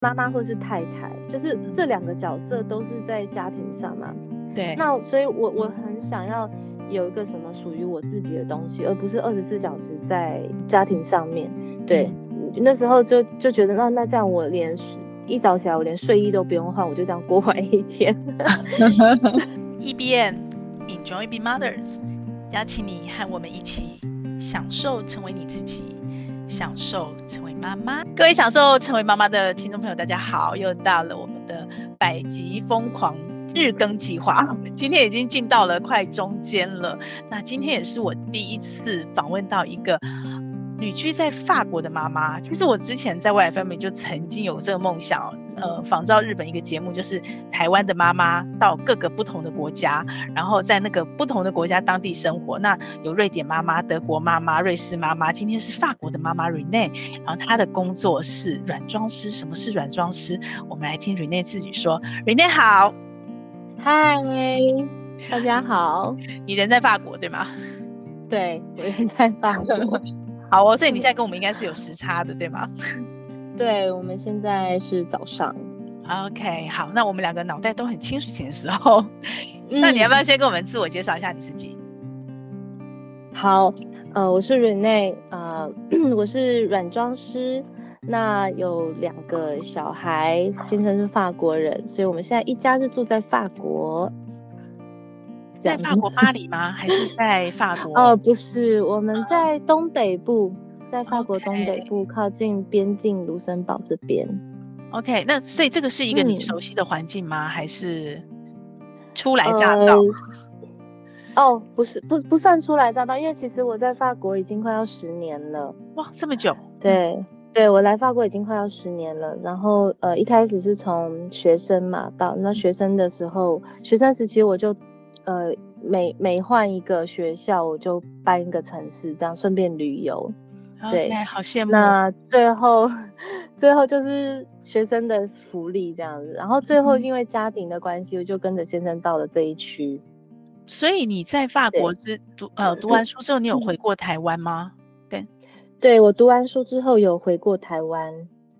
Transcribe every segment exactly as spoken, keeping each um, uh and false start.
妈妈或是太太，就是这两个角色都是在家庭上嘛。 对， 那所以我我很想要有一个什么属于我自己的东西，而不是二十四小时在家庭上面。对， 嗯、 那时候就就觉得那那这样我连一早起来我连睡衣都不用换，我就这样过完一天。 E B N Enjoy Being Mothers， 邀请你和我们一起享受成为你自己，享受成为妈妈。各位享受成为妈妈的听众朋友，大家好，又到了我们的百集疯狂日更计划，今天已经进到了快中间了。那今天也是我第一次访问到一个旅居在法国的妈妈。其实我之前在 Y F M 就曾经有这个梦想，呃，仿照日本一个节目，就是台湾的妈妈到各个不同的国家，然后在那个不同的国家当地生活。那有瑞典妈妈、德国妈妈、瑞士妈妈，今天是法国的妈妈 Renee， 然后她的工作是软装师。什么是软装师？我们来听 Renee 自己说。Renee 好。 嗨，大家好。 你人在法国对吗？ 对，我人在法国。 好哦，所以你现在跟我们应该是有时差的对吗？ 对，我们现在是早上。 OK， 好，那我们两个脑袋都很清醒的时候，嗯、那你要不要先跟我们自我介绍一下你自己？ 好，呃，我是 Renee， 呃，我是软装师。那有两个小孩，先生是法国人，所以我们现在一家是住在法国。 在法国巴黎吗？还是在法国？ 哦，不是，我们在东北部，在法国东北部， okay. 靠近边境卢森堡这边。 OK， 那所以这个是一个你熟悉的环境吗？嗯、还是初来乍到？ 呃、哦，不是，不不算初来乍到，因为其实我在法国已经快要十年了。 哇，这么久？ 对。嗯对，我来法国已经快要十年了，然后呃一开始是从学生嘛，到那学生的时候，学生时期我就呃每每换一个学校我就搬一个城市，这样顺便旅游。对， okay, 好羡慕。 那最后最后就是学生的福利这样子，然后最后因为家庭的关系，我就跟着先生到了这一区。 所以你在法国是读呃读完书之后，你有回过台湾吗？对。 对，我读完书之后有回过台湾。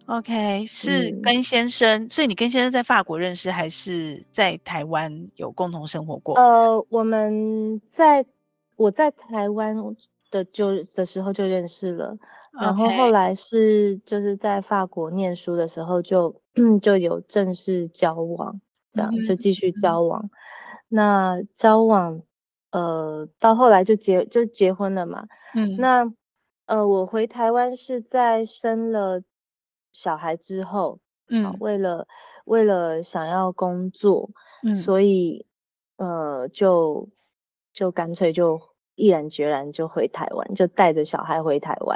OK， 是跟先生、嗯、所以你跟先生在法国认识，还是在台湾有共同生活过？ 呃，我们在我在台湾的就的时候就认识了， okay. 然后后来是就是在法国念书的时候就就有正式交往，这样、嗯、就继续交往。嗯、那交往呃到后来就结就结婚了嘛。嗯，那呃我回台湾是在生了小孩之后，嗯，为了为了想要工作，嗯，所以呃就就干脆就毅然决然就回台湾，就带着小孩回台湾。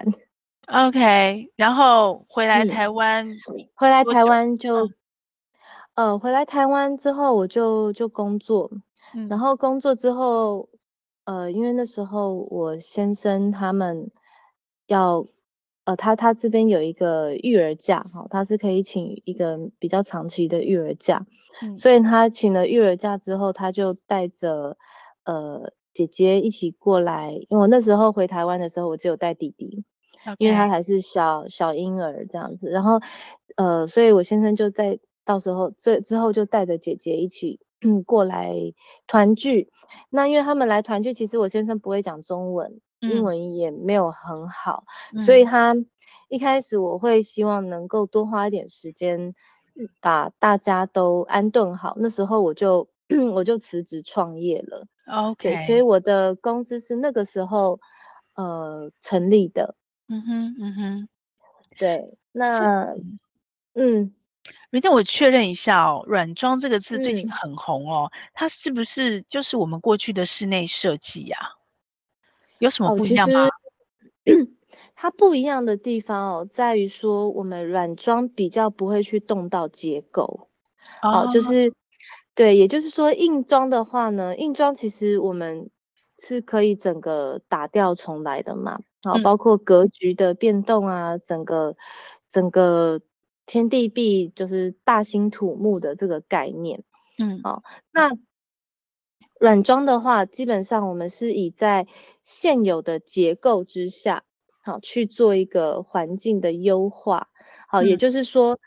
OK， 然后回来台湾、嗯， 回来台湾就、嗯、呃回来台湾之后我就就工作、嗯，然后工作之后呃因为那时候我先生他们要呃，他他这边有一个育儿假哈，他是可以请一个比较长期的育儿假，嗯、所以他请了育儿假之后，他就带着呃姐姐一起过来，因为我那时候回台湾的时候，我只有带弟弟， okay. 因为他还是小小婴儿这样子，然后呃，所以我先生就在到时候最之后就带着姐姐一起嗯过来团聚。那因为他们来团聚，其实我先生不会讲中文。英文也没有很好、嗯，所以他一开始我会希望能够多花一点时间把大家都安顿好。那时候我就我就辞职创业了。OK， 对，所以我的公司是那个时候呃成立的。 嗯哼嗯哼， 对，那嗯， 明天我确认一下哦，软装这个字最近很红哦、嗯，它是不是就是我们过去的室内设计呀、啊？有什么不一样吗？ 哦、其实它不一样的地方哦，在于说我们软装比较不会去动到结构。哦，就是对，也就是说硬装的话呢，硬装其实我们是可以整个打掉重来的嘛。好、嗯，包括格局的变动啊，整个整个天地壁就是大兴土木的这个概念。嗯，好、哦，那软装的话，基本上我们是以在现有的结构之下，好去做一个环境的优化。好，嗯、也就是说，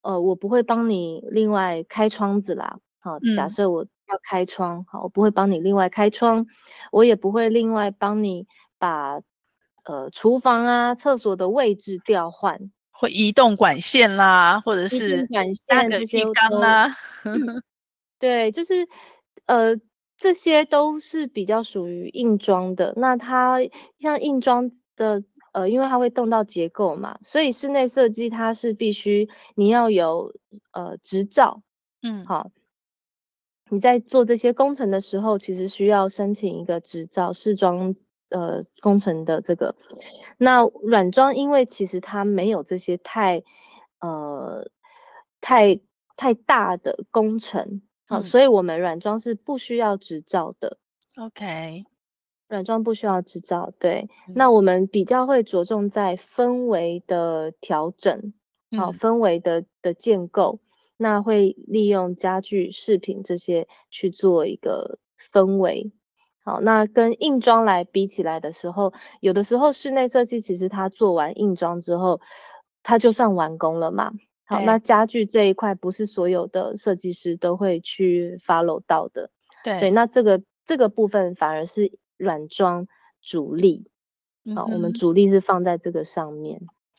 呃，我不会帮你另外开窗子啦。好，假设我要开窗，好，我不会帮你另外开窗，我也不会另外帮你把呃厨房啊、厕所的位置调换， 会移动管线啦，或者是管搭个线这些浴缸都啊。 对，就是呃这些都是比较属于硬装的。那它像硬装的呃，因为它会动到结构嘛，所以室内设计它是必须你要有呃执照。 嗯， 好。你在做这些工程的时候，其实需要申请一个执照，视装呃工程的这个。那软装因为其实它没有这些太呃太太大的工程，好， 嗯所以我们软装是不需要执照的。 OK， 软装不需要执照，对。 嗯那我们比较会着重在氛围的调整，好， 嗯氛围的的建构。那会利用家具、饰品这些去做一个氛围。好，那跟硬装来比起来的时候，有的时候室内设计其实它做完硬装之后，它就算完工了嘛。好，那对家具这一块不是所有的设计师都会去 follow 到的。对， 对， 那这个这个部分反而是软装主力。好，我们嗯哼主力是放在这个上面。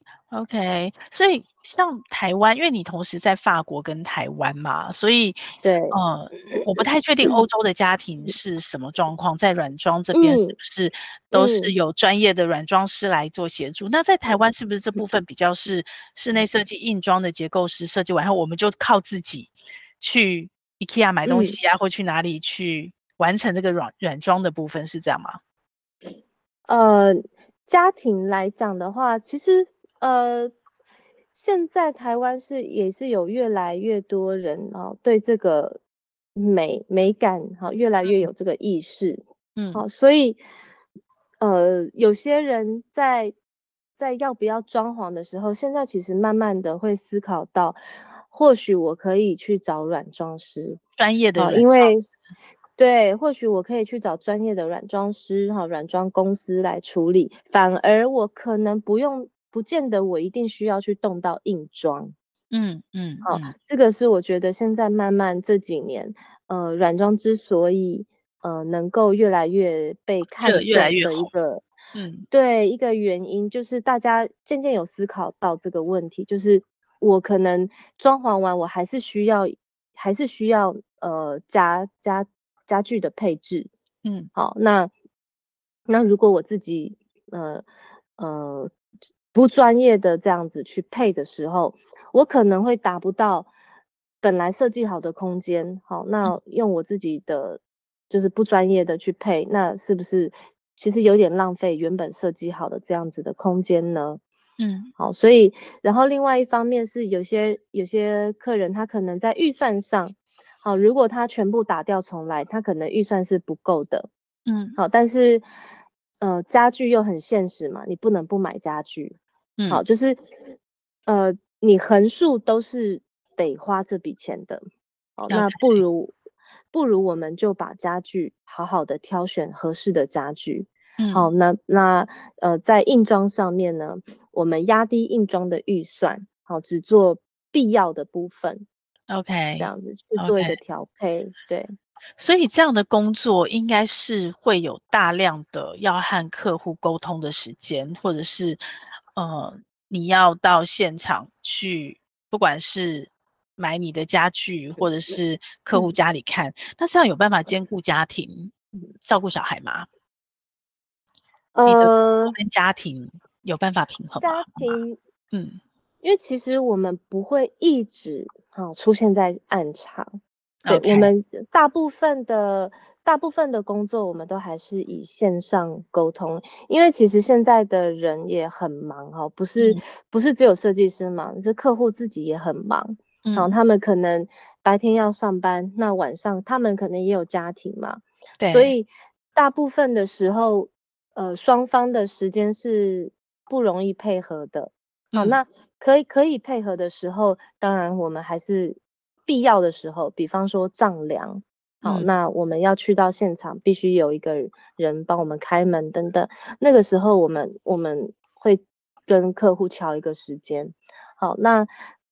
OK，所以像台湾，因为你同时在法国跟台湾嘛，所以对， 呃，我不太确定欧洲的家庭是什么状况，在软装这边是嗯不是都是嗯。 有专业的软装师来做协助？那在台湾是不是这部分比较是室内设计硬装的结构师设计完后，我们就靠自己去 IKEA 买东嗯西啊，或去哪里去完成这个软软装的部分，是这样吗？ 呃，家庭来讲的话，其实呃，现在台湾是也是有越来越多人哦，对这个美美感哈、越来越有这个意识。 嗯好、所以呃，有些人在在要不要装潢的时候，现在其实慢慢的会思考到，或许我可以去找软装师。好， 专业的软因为对，或许我可以去找专业的软装师哈，软装公司来处理，反而我可能不用，不见得我一定需要去动到硬装。 嗯嗯好， 嗯， 这个是我觉得现在慢慢这几年，呃，软装之所以呃能够越来越被越越来看重越红， 的一个， 嗯对，一个原因，就是大家渐渐有思考到这个问题，就是我可能装潢完，我还是需要，还是需要呃家家家具的配置。 嗯好，那那如果我自己呃呃不专业的这样子去配的时候，我可能会达不到本来设计好的空间。好，那用我自己的就是不专业的去配，那是不是其实有点浪费原本设计好的这样子的空间呢？ 嗯好，所以然后另外一方面是有些有些客人他可能在预算上，好，如果他全部打掉重来，他可能预算是不够的。 嗯好，但是呃家具又很现实嘛，你不能不买家具。好， 嗯就是呃你横竖都是得花这笔钱的。好，那 ，OK， 不如不如我们就把家具好好的挑选合适的家具。好， 嗯那那呃在硬装上面呢，我们压低硬装的预算，好，只做必要的部分，这 ，OK，OK。 样子去做一个调配。对。 所以这样的工作应该是会有大量的要和客户沟通的时间，或者是呃，你要到现场去，不管是买你的家具，或者是客户家里看，那这样有办法兼顾家庭、照顾小孩吗？你的工作呃， 跟家庭有办法平衡吗？ 家庭， 嗯因为其实我们不会一直啊、出现在暗场。对，我 ，OK， 们大部分的大部分的工作，我们都还是以线上沟通，因为其实现在的人也很忙哈、不是嗯不是只有设计师忙，是客户自己也很忙。然后嗯， 他们可能白天要上班，那晚上他们可能也有家庭嘛，所对， 以大部分的时候，呃，双方的时间是不容易配合的。好， 嗯那可以可以配合的时候，当然我们还是必要的时候，比方说丈量。好， 嗯那我们要去到现场，必须有一个人帮我们开门等等。那个时候，我们我们会跟客户敲一个时间。好，那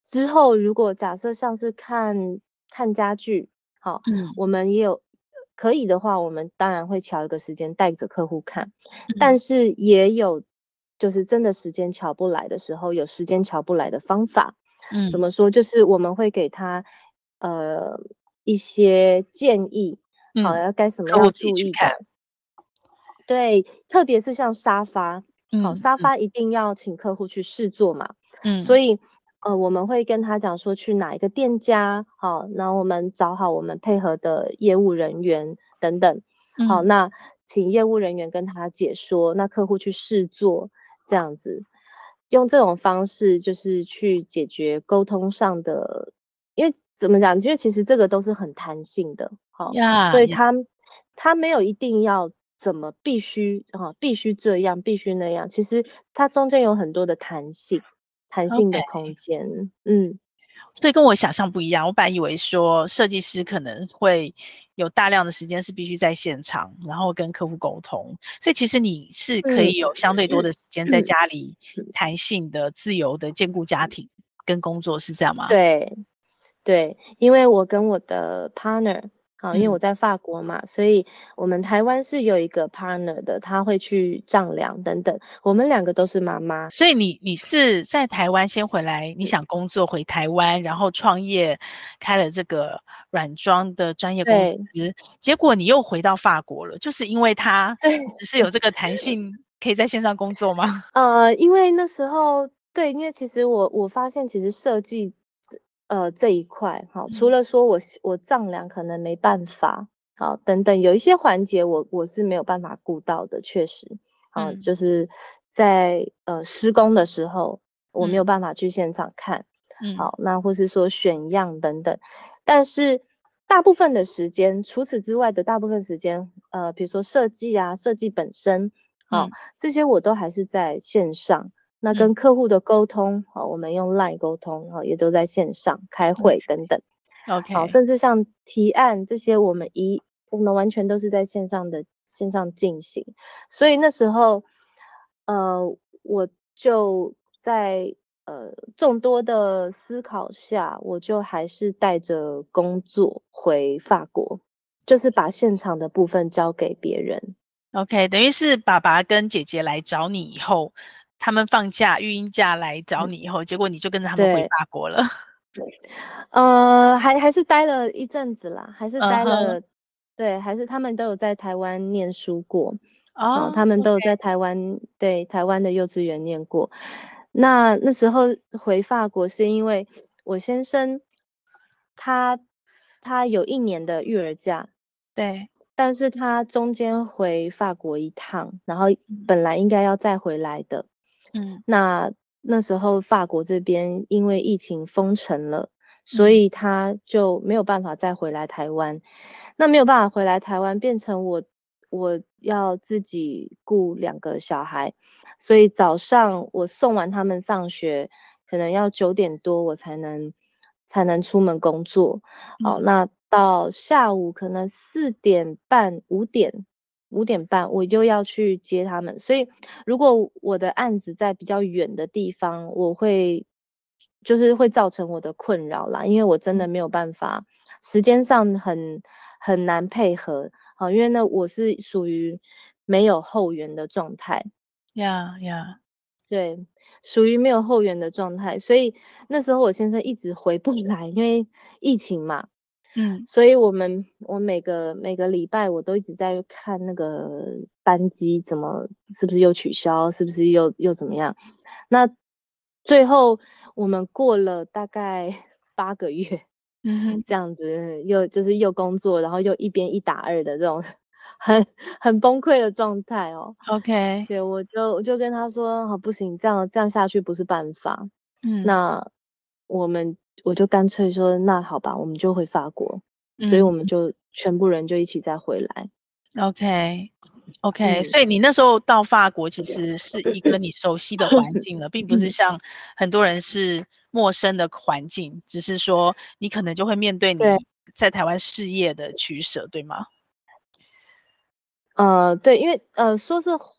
之后如果假设像是看看家具，好，嗯，我们也有可以的话，我们当然会调一个时间带着客户看，嗯，但是也有就是真的时间调不来的时候，有时间调不来的方法。嗯，怎么说？就是我们会给他呃一些建议，嗯，好，要该什么要注意的。对，特别是像沙发，好，嗯，沙发一定要请客户去试坐嘛，嗯，所以呃我们会跟他讲说去哪一个店家，好，然后我们找好我们配合的业务人员等等，嗯，好，那请业务人员跟他解说，那客户去试坐，这样子，用这种方式就是去解决沟通上的，因为怎么讲，因为其实这个都是很弹性的，好， yeah, 所以他 yeah. 他没有一定要怎么必须啊，必须这样，必须那样。其实它中间有很多的弹性，弹性的空间。Okay. 嗯， 所以跟我想象不一样。我本来以为说设计师可能会有大量的时间是必须在现场，然后跟客户沟通。所以其实你是可以有相对多的时间在家里弹性的、自由的兼顾家庭跟工作，是这样吗？ 对，对，因为我跟我的 partner。好，因为我在法国嘛，嗯，所以我们台湾是有一个 partner 的，他会去丈量等等。我们两个都是妈妈， 所以你你是在台湾先回来，你想工作回台湾，然后创业开了这个软装的专业公司，结果你又回到法国了，就是因为他只是有这个弹性，可以在线上工作吗？ 呃，因为那时候对，因为其实我我发现其实设计。呃，这一块好，除了说我我丈量可能没办法，好，等等，有一些环节我我是没有办法顾到的，确实，好，嗯，就是在呃施工的时候，我没有办法去现场看，嗯，好，那或是说选样等等，但是大部分的时间，除此之外的大部分时间，呃，比如说设计啊，设计本身，好，嗯，这些我都还是在线上。那跟客户的沟通，好，我们用 LINE 沟通，好，也都在线上开会等等。 OK， 好，甚至像提案这些，我们一我们完全都是在线上的线上进行。所以那时候，呃，我就在呃众多的思考下，我就还是带着工作回法国，就是把现场的部分交给别人。 OK， 等于是爸爸跟姐姐来找你以后。他们放假育婴假来找你以后，嗯，结果你就跟着他们回法国了。 呃，还还是待了一阵子啦，还是待了， uh-huh. 对，还是他们都有在台湾念书过，哦，他们都有在台湾，okay. 对，台湾的幼稚园念过。那那时候回法国是因为我先生他他有一年的育儿假， 对， 但是他中间回法国一趟，然后本来应该要再回来的。嗯，那那时候法国这边因为疫情封城了，所以他就没有办法再回来台湾。嗯，那没有办法回来台湾，变成我我要自己顾两个小孩，所以早上我送完他们上学，可能要九点多我才能才能出门工作。好，嗯，那到下午可能四点半五点。五点半我又要去接他们，所以如果我的案子在比较远的地方，我会就是会造成我的困扰啦，因为我真的没有办法，时间上很很难配合，好，因为呢我是属于没有后援的状态。 呀呀， 对，属于没有后援的状态，所以那时候我先生一直回不来，因为疫情嘛。嗯，所以我们我每个每个礼拜我都一直在看那个班机怎么是不是又取消，是不是又又怎么样？那最后我们过了大概八个月，嗯哼，这样子又就是又工作，然后又一边一打二的这种很很崩溃的状态哦。 OK， 对，我就我就跟他说，好，不行，这样这样下去不是办法。嗯，那我们。我就干脆说，那好吧，我们就回法国，嗯，所以我们就全部人就一起再回来。 OK，OK， okay, okay, 嗯，所以你那时候到法国其实是一个你熟悉的环境了，并不是像很多人是陌生的环境，只是说你可能就会面对你在台湾事业的取舍，对吗？ 呃，对，因为呃，说是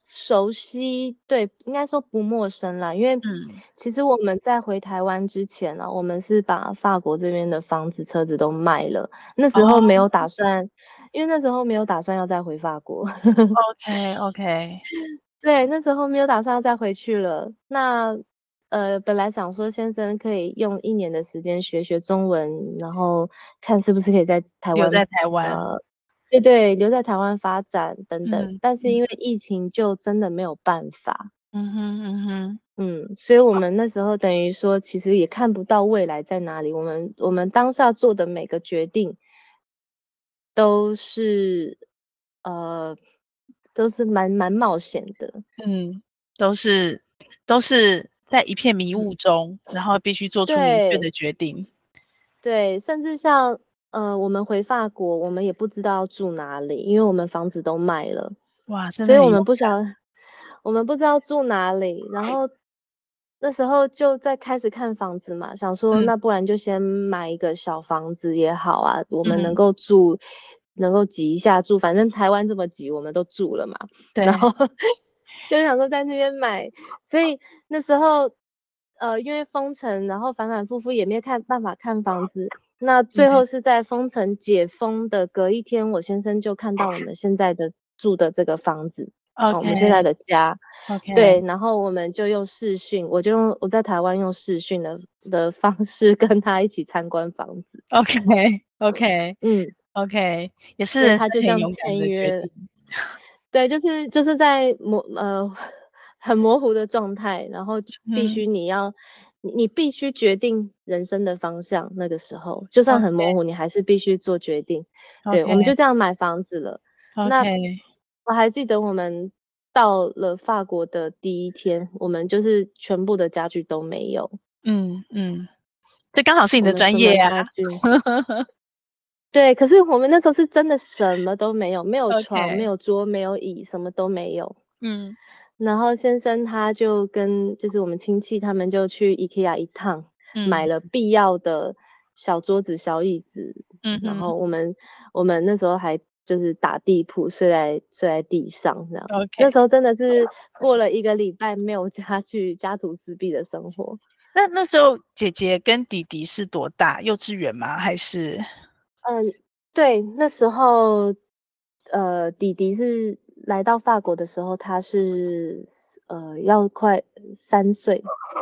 熟悉，对，应该说不陌生啦。因为其实我们在回台湾之前呢、啊，我们是把法国这边的房子、车子都卖了。那时候没有打算，哦、因为那时候没有打算要再回法国。 OK OK， 对，那时候没有打算要再回去了。那呃，本来想说先生可以用一年的时间学学中文，然后看是不是可以在台湾留在台湾。 呃对对，留在台湾发展等等，嗯、但是因为疫情就真的没有办法。 嗯哼嗯哼， 嗯，所以我们那时候等于说，其实也看不到未来在哪里。我们我们当下做的每个决定，都是呃，都是蛮蛮冒险的。 嗯，都是都是在一片迷雾中，嗯、然后必须做出明确的决定。 对，甚至像。呃，我们回法国，我们也不知道要住哪里，因为我们房子都卖了。 哇，真的所以我们不晓，我们不知道住哪里。然后那时候就在开始看房子嘛，想说、嗯、那不然就先买一个小房子也好啊，我们能够住，嗯、能够挤一下住，反正台湾这么挤，我们都住了嘛。 对。 然后就想说在那边买，所以那时候呃，因为封城，然后反反复复也没有看办法看房子。那最后是在封城解封的隔一天，我先生就看到我们现在的住的这个房子， okay, 哦、我们现在的家。 Okay. 对，然后我们就用视讯，我就用我在台湾用视讯的的方式跟他一起参观房子。 OK OK，嗯 OK， 也是他就这样签约。对，就是就是在模呃很模糊的状态，然后必须你要。嗯你必须决定人生的方向，那个时候就算很模糊， okay. 你还是必须做决定。Okay. 对，我们就这样買房子了。Okay. 那我還記得我們到了法國的第一天，我們就是全部的家具都沒有。 嗯嗯，這剛好是你的專業啊。 對，可是我們那時候是真的什麼都沒有，沒有床， Okay. 沒有桌，沒有椅，什麼都沒有。 嗯。 然後先生他就跟就是我們親戚他們就去 IKEA 一趟，嗯、買了必要的小桌子小椅子，嗯，然後我們我們那時候還就是打地鋪，睡在睡在地上這樣。Okay. 那時候真的是過了一個禮拜沒有家具，家徒四壁的生活。 那那時候姐姐跟弟弟是多大？幼稚園嗎？還是？ 嗯，對，那時候呃弟弟是來到法國的時候，他是呃要快三歲。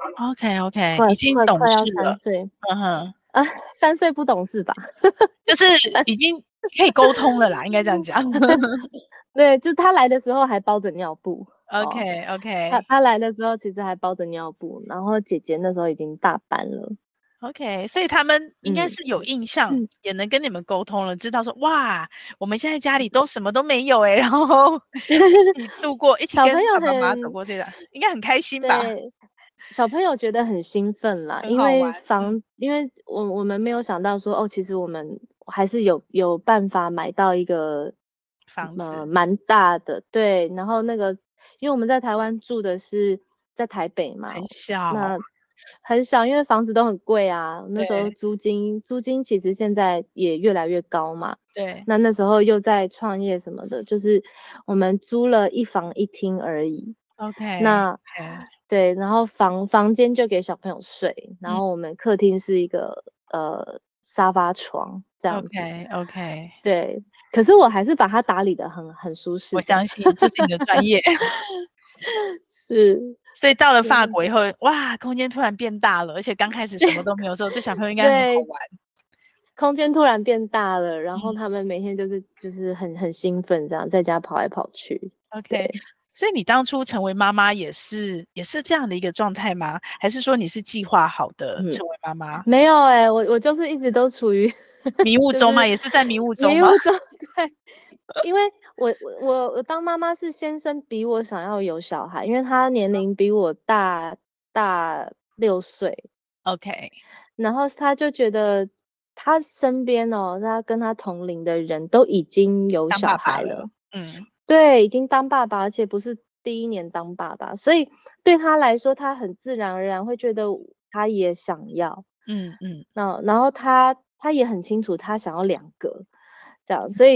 OK OK，已經懂事了， 快要三歲。 嗯哼， 啊，三歲不懂事吧？ 就是已經可以溝通了啦，應該這樣講。 對，就他來的時候還包着尿布。 OK OK， 他他來的時候其實還包着尿布，然後姐姐那時候已經大班了。 OK， 所以他們應該是有印象，嗯、也能跟你們溝通了，知道說哇，我們現在家裡都什麼都沒有哎，然後一起度過，一起跟爸爸媽媽走過這個，應該很開心吧？ 對，小朋友覺得很興奮啦，因為房，因為我我們沒有想到說哦，其實我們還是有有辦法買到一個房子， 呃，蠻大的，對，然後那個，因為我們在台灣住的是在台北嘛， 很小， 那很小，因為房子都很貴啊，那時候租金租金其實現在也越來越高嘛， 對， 那那時候又在創業什麼的，就是我們租了一房一廳而已。 OK， 那 okay. 對，然後房房間就給小朋友睡，然後我們客廳是一個、嗯、呃沙發床這樣子。 OK OK， 對，可是我還是把它打理得很很舒適。 我相信這是你的專業。 是， 所以到了法國以後，哇，空間突然變大了，而且剛開始什麼都沒有的時候，對小朋友應該很好玩。 空間突然變大了，然後他們每天就是、嗯、就是很很興奮，這樣在家跑來跑去。 OK，所以你當初成為媽媽也是也是這樣的一個狀態嗎？還是說你是計劃好的成為媽媽？ 嗯、沒有哎、欸，我我就是一直都處於迷霧中嗎？就是、也是在迷霧中嗎？ 迷霧中，對。因為我我我當媽媽是先生比我想要有小孩，因為他年齡比我大大六歲。 OK， 然後他就覺得他身邊哦，他跟他同齡的人都已經有小孩了， 了嗯， 對，已經當爸爸，而且不是第一年當爸爸，所以對他來說，他很自然而然會覺得他也想要， 嗯嗯， 那然後他他也很清楚他想要兩個，這樣，所以。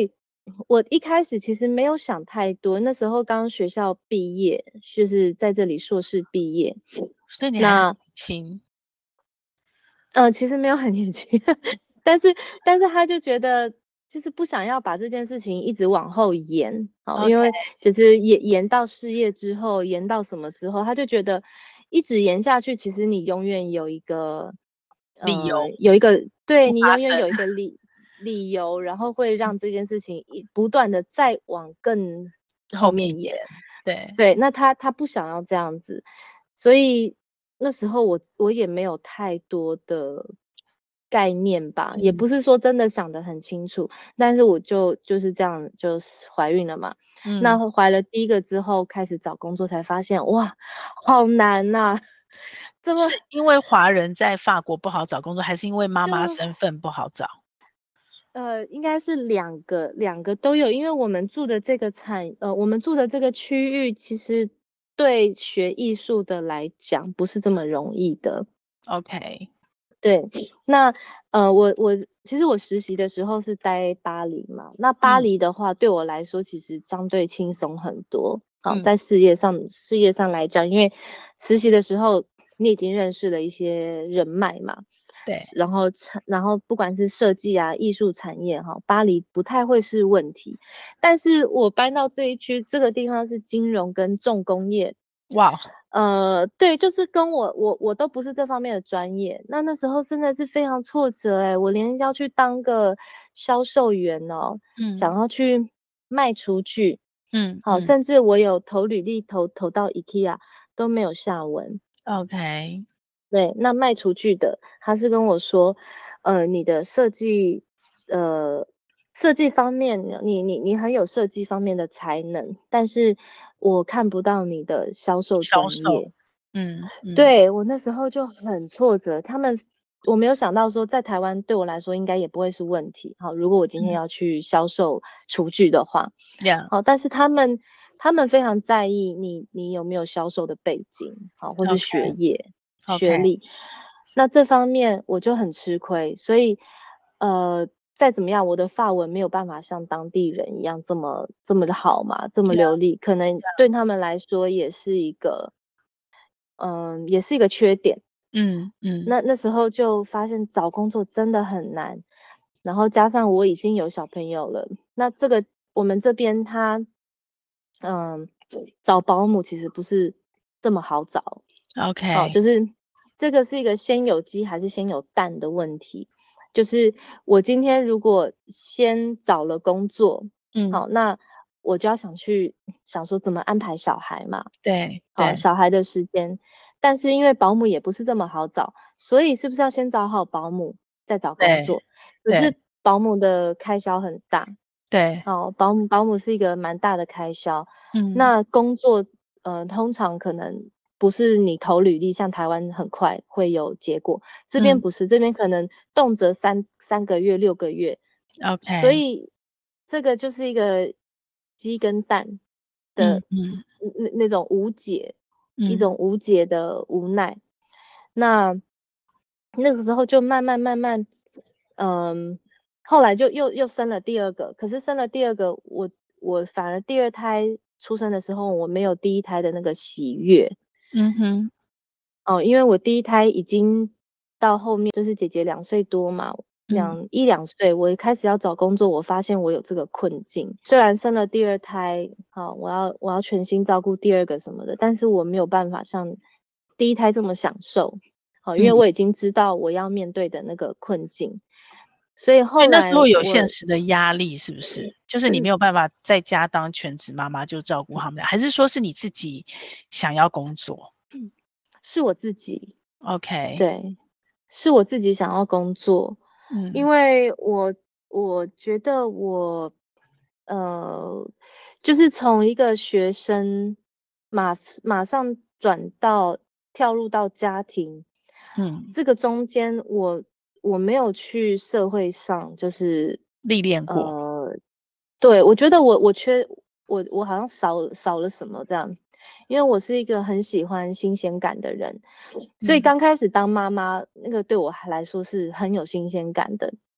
我一开始其实没有想太多，那时候刚学校毕业，就是在这里硕士毕业， 所以你还很年轻。 呃，其实没有很年轻，但是但是他就觉得就是不想要把这件事情一直往后延，好， Okay. 因为就是延延到事业之后，延到什么之后，他就觉得一直延下去，其实你永远有一个理由， 呃，有一个对你永远有一个理理由，然后会让这件事情不断的再往更后面延， 对对，那他他不想要这样子，所以那时候我我也没有太多的概念吧，嗯、也不是说真的想得很清楚，但是我就就是这样就怀孕了嘛。嗯、那怀了第一个之后开始找工作，才发现哇，好难呐、啊！怎么？ 是因为华人在法国不好找工作，还是因为妈妈身份不好找？ 呃，应该是两个两个都有，因为我们住的这个产呃，我们住的这个区域其实。对学艺术的来讲不是这么容易的。 OK， 对，那呃，我我其实我实习的时候是待巴黎嘛，那巴黎的话、嗯、对我来说其实相对轻松很多。好、嗯，在事业上事业上来讲，因为实习的时候你已经认识了一些人脉嘛。 对， 然后然后不管是设计啊、艺术产业哈，巴黎不太会是问题。但是我搬到这一区，这个地方是金融跟重工业， 哇， wow. 呃，对，就是跟我我我都不是这方面的专业。那那时候真的是非常挫折哎、欸，我连要去当个销售员哦，嗯，想要去卖厨具，嗯，好，嗯、甚至我有投履历投投到 IKEA 都没有下文。 OK。 对，那卖厨具的，他是跟我说，呃，你的设计，呃，设计方面，你你你很有设计方面的才能，但是我看不到你的销售专业。 嗯，嗯对，我那时候就很挫折。他们，我没有想到说，在台湾对我来说应该也不会是问题。好，如果我今天要去销售厨具的话， 嗯、 好，但是他们他们非常在意你你有没有销售的背景，好，或是学业。 Okay. 学历， okay. 那这方面我就很吃亏，所以呃，再怎么样，我的法文没有办法像当地人一样这么这么的好嘛，这么流利， yeah. 可能对他们来说也是一个，嗯、呃，也是一个缺点。 嗯嗯， 那那时候就发现找工作真的很难，然后加上我已经有小朋友了，那这个我们这边他，嗯、呃，找保姆其实不是这么好找。 OK， 好、哦，就是这个是一个先有鸡还是先有蛋的问题。就是我今天如果先找了工作，嗯，好，那我就要想去想说怎么安排小孩嘛。 对， 好，小孩的时间。但是因为保姆也不是这么好找，所以是不是要先找好保姆再找工作？可是保姆的开销很大。 对， 好，保姆保姆是一个蛮大的开销。嗯，那工作呃通常可能不是你投履历，像台湾很快会有结果，这边不是，嗯、这边可能动辄三三个月、六个月。 OK， 所以这个就是一个鸡跟蛋的，嗯，那那种无解，嗯，一种无解的无奈。那那个时候就慢慢慢慢，嗯，后来就又又生了第二个，可是生了第二个，我我反而第二胎出生的时候，我没有第一胎的那个喜悦。 嗯哼， 哦，因为我第一胎已经到后面，就是姐姐两岁多嘛，两、嗯、一两岁，我一开始要找工作，我发现我有这个困境。虽然生了第二胎，好、哦，我要我要全心照顾第二个什么的，但是我没有办法像第一胎这么享受。好、哦，因为我已经知道我要面对的那个困境。嗯，所以后来那时候有现实的压力，是不是？就是你没有办法在家当全职妈妈就照顾他们俩，还是说是你自己想要工作？ 嗯，是我自己。 OK， 对，是我自己想要工作。嗯，因为我我觉得我呃，就是从一个学生马马上转到跳入到家庭，嗯，这个中间我我没有去社会上就是历练过。 呃，对，我觉得我我缺我我好像少少了什么这样。因为我是一个很喜欢新鲜感的人，所以刚开始当妈妈，那个对我来说是很有新鲜感的。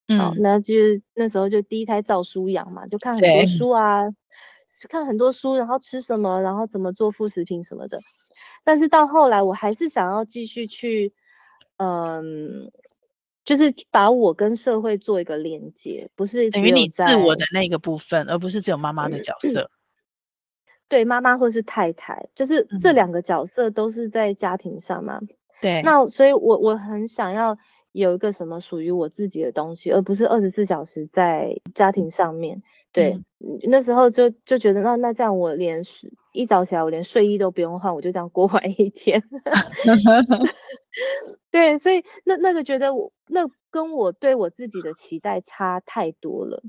好， 嗯， 那就是那时候就第一胎照书养嘛，就看很多对， 书啊，看很多书，然后吃什么，然后怎么做副食品什么的。但是到后来，我还是想要继续去，嗯，就是把我跟社会做一个连接，不是只等于你自我有在的那个部分，而不是只有妈妈的角色。 对妈妈或是太太，就是这嗯， 两个角色都是在家庭上嘛。 对， 那所以我我很想要有一个什么属于我自己的东西，而不是二十四小时在家庭上面。对， 嗯， 那时候就就觉得那那这样我连睡一早起来我连睡衣都不用换，我就这样过完一天。对，所以那那个觉得我那跟我对我自己的期待差太多了。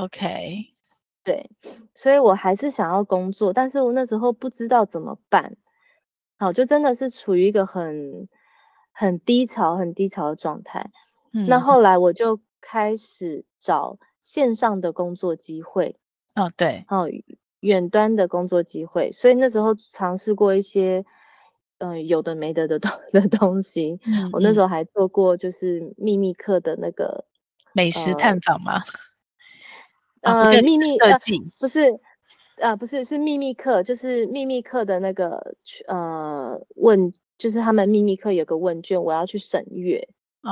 OK， 对，所以我还是想要工作，但是我那时候不知道怎么办。好，就真的是处于一个很很低潮、很低潮的状态。那嗯， 后来我就开始找线上的工作机会， 哦，对， 好，远端的工作机会。所以那时候尝试过一些，嗯、有的没的的东的东西。 嗯嗯， 我那时候还做过就是秘密课的那个， 美食呃探访吗？啊，不呃， 对，你秘密呃是设计。 不是，呃不是是秘密课，就是秘密课的那个呃问，就是他们秘密课有个问卷，我要去审阅。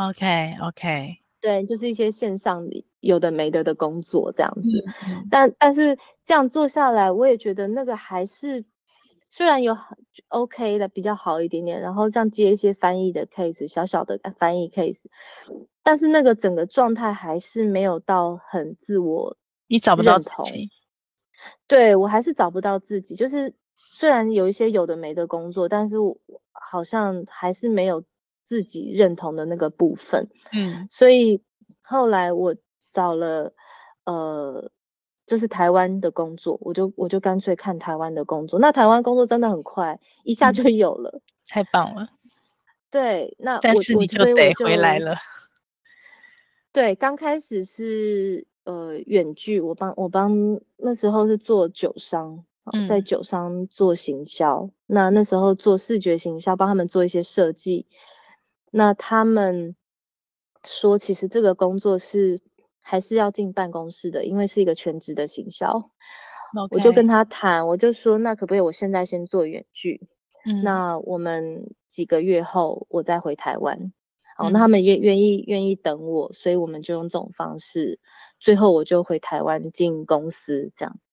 OK OK， 对，就是一些线上里有的没的的工作这样嗯子。 嗯但但是这样做下来，我也觉得那个还是虽然有好 OK 的比较好一点点，然后像接一些翻译的 case，小小的翻译 case，但是那个整个状态还是没有到很自我你找不到认同。 自己。 对，我还是找不到自己，就是虽然有一些有的没的工作，但是我好像还是没有自己认同的那个部分。 嗯所以后来我找了呃，就是台湾的工作，我就我就干脆看台湾的工作。那台湾工作真的很快，一下嗯， 就有了。 太棒了。 对，那但我我是你就所以我得回来就了。 对，刚开始是呃远距，我帮我帮那时候是做酒商，好在嗯酒商做行销。那那时候做视觉行销，帮他们做一些设计。那他们说，其实这个工作是还是要进办公室的，因为是一个全职的行销。我就跟 ，OK， 他谈，我就说，那可不可以我现在先做远距？ 嗯那我们几个月后我再回台湾。好，那他嗯们愿愿意愿意等我，所以我们就用这种方式，最后我就回台湾进公司这样。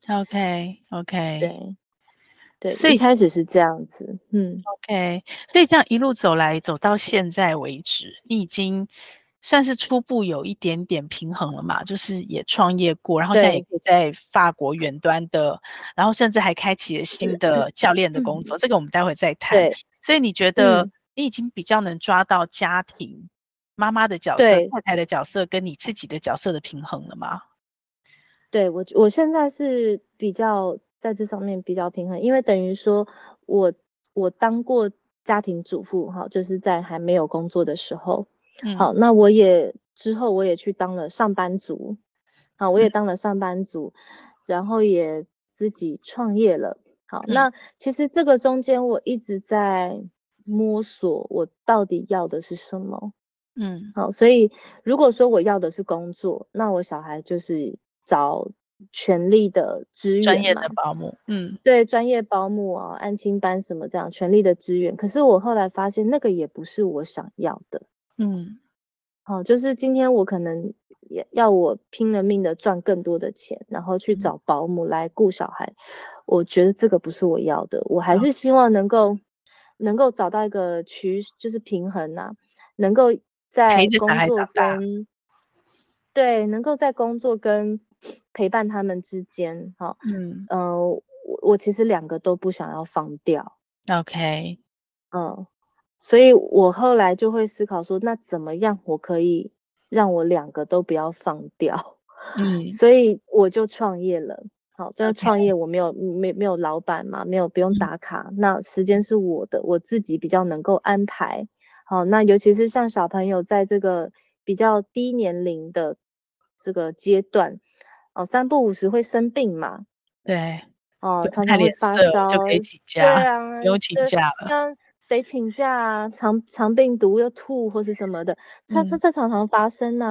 ，OK OK， 对对， 所以一开始是这样子。嗯 OK，所以这样一路走来，走到现在为止，你已经算是初步有一点点平衡了嘛？就是也创业过，然后现在也对可以在法国远端的，然后甚至还开启了新的教练的工作，这个我们待会再谈。 对， 所以你觉得嗯你已经比较能抓到家庭妈妈的角色、 对太太的角色跟你自己的角色的平衡了吗？ 对，我我现在是比较在这上面比较平衡，因为等于说我我当过家庭主妇哈，就是在还没有工作的时候。好， 嗯那我也之后我也去当了上班族。好，我嗯也当了上班族，然后也自己创业了。好， 嗯那其实这个中间我一直在摸索，我到底要的是什么。 嗯， 好，所以如果说我要的是工作，那我小孩就是找全力的支专业的援嘛。 保姆，嗯对，专业保姆啊、安亲班什么这样全力的支援。可是我后来发现，那个也不是我想要的。 嗯好，就是今天我可能也要我拼了命的赚更多的钱，然后去嗯找保姆来顾小孩。我觉得这个不是我要的，我还好， 是希望能够能够找到一个取，就是平衡啊，能够在陪着小工作孩长大， 跟对，能够在工作跟陪伴他们之间。哈， 嗯呃，我我其实两个都不想要放掉。 ，OK， 嗯。所以我后来就会思考说，那怎么样我可以让我两个都不要放掉？ 嗯所以我就创业了。好，这个创 ，OK， 业我没有没没有老板嘛，没有不用嗯打卡，那时间是我的，我自己比较能够安排。好，那尤其是像小朋友在这个比较低年龄的这个阶段，哦，三不五时会生病嘛。 对，不哦， 用看脸常常会发色就烧。 可以请假， 对啊， 不用请对， 假了， 像得请假啊，肠肠病毒又吐或是什么的，这这嗯这常常发生啊。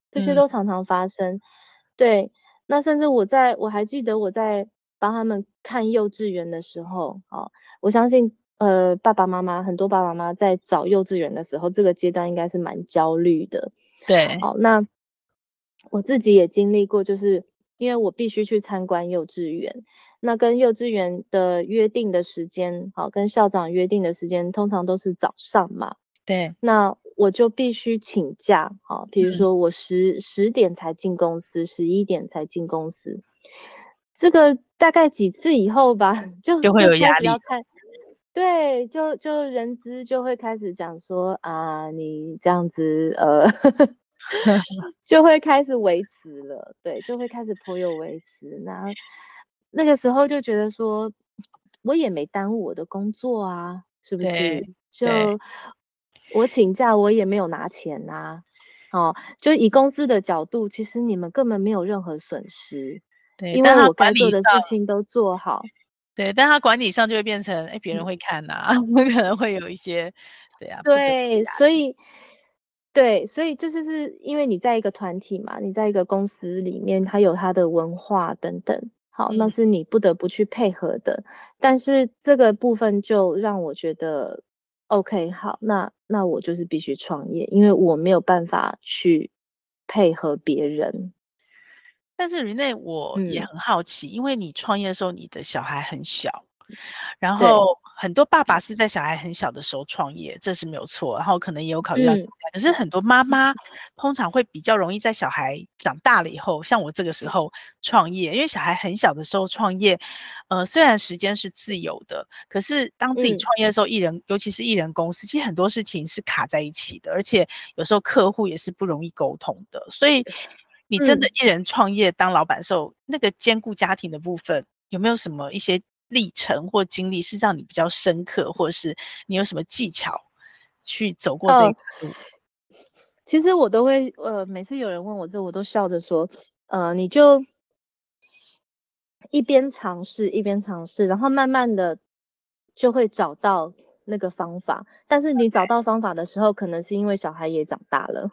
这些都常常发生。嗯、对，那甚至我在我还记得我在帮他们看幼稚园的时候，哦，我相信呃爸爸妈妈很多爸爸妈妈在找幼稚园的时候，这个阶段应该是蛮焦虑的。 对， 好，那我自己也经历过，就是因为我必须去参观幼稚园，那跟幼稚园的约定的时间，好，跟校长约定的时间，通常都是早上嘛。 对， 那我就必须请假，好，比如说我十十点才进公司，十一点才进公司，这个大概几次以后吧，就就会有压力。 要看，对，就就人资就会开始讲说啊，你这样子，呃。就会开始维持了，对，就会开始颇有维持。那那个时候就觉得说，我也没耽误我的工作啊，是不是？就我请假，我也没有拿钱呐、啊。哦，就以公司的角度，其实你们根本没有任何损失， 对， 因为我该做的事情都做好。 对，但他管理上就会变成，哎，别人会看呐、啊，可能会有一些，对啊， 对，所以。对，所以这就是因为你在一个团体嘛，你在一个公司里面，它有它的文化等等，好， 嗯、 那是你不得不去配合的。但是这个部分就让我觉得，OK，好，那那我就是必须创业，因为我没有办法去配合别人。 但是 Renee 我也很好奇，嗯、因为你创业的时候，你的小孩很小。然后很多爸爸是在小孩很小的时候创业，这是没有错。然后可能也有考虑到，嗯、可是很多妈妈通常会比较容易在小孩长大了以后，像我这个时候创业，因为小孩很小的时候创业，呃，虽然时间是自由的，可是当自己创业的时候，艺人、嗯、尤其是艺人公司，其实很多事情是卡在一起的，而且有时候客户也是不容易沟通的，所以你真的艺人创业当老板的时候，嗯、那个兼顾家庭的部分，有没有什么一些历程或经历是让你比较深刻，或者是你有什么技巧去走过这一路？ 哦、其实我都会，呃，每次有人问我这，我都笑着说，呃，你就一边尝试一边尝试，然后慢慢的就会找到那个方法。但是你找到方法的时候，可能是因为小孩也长大了。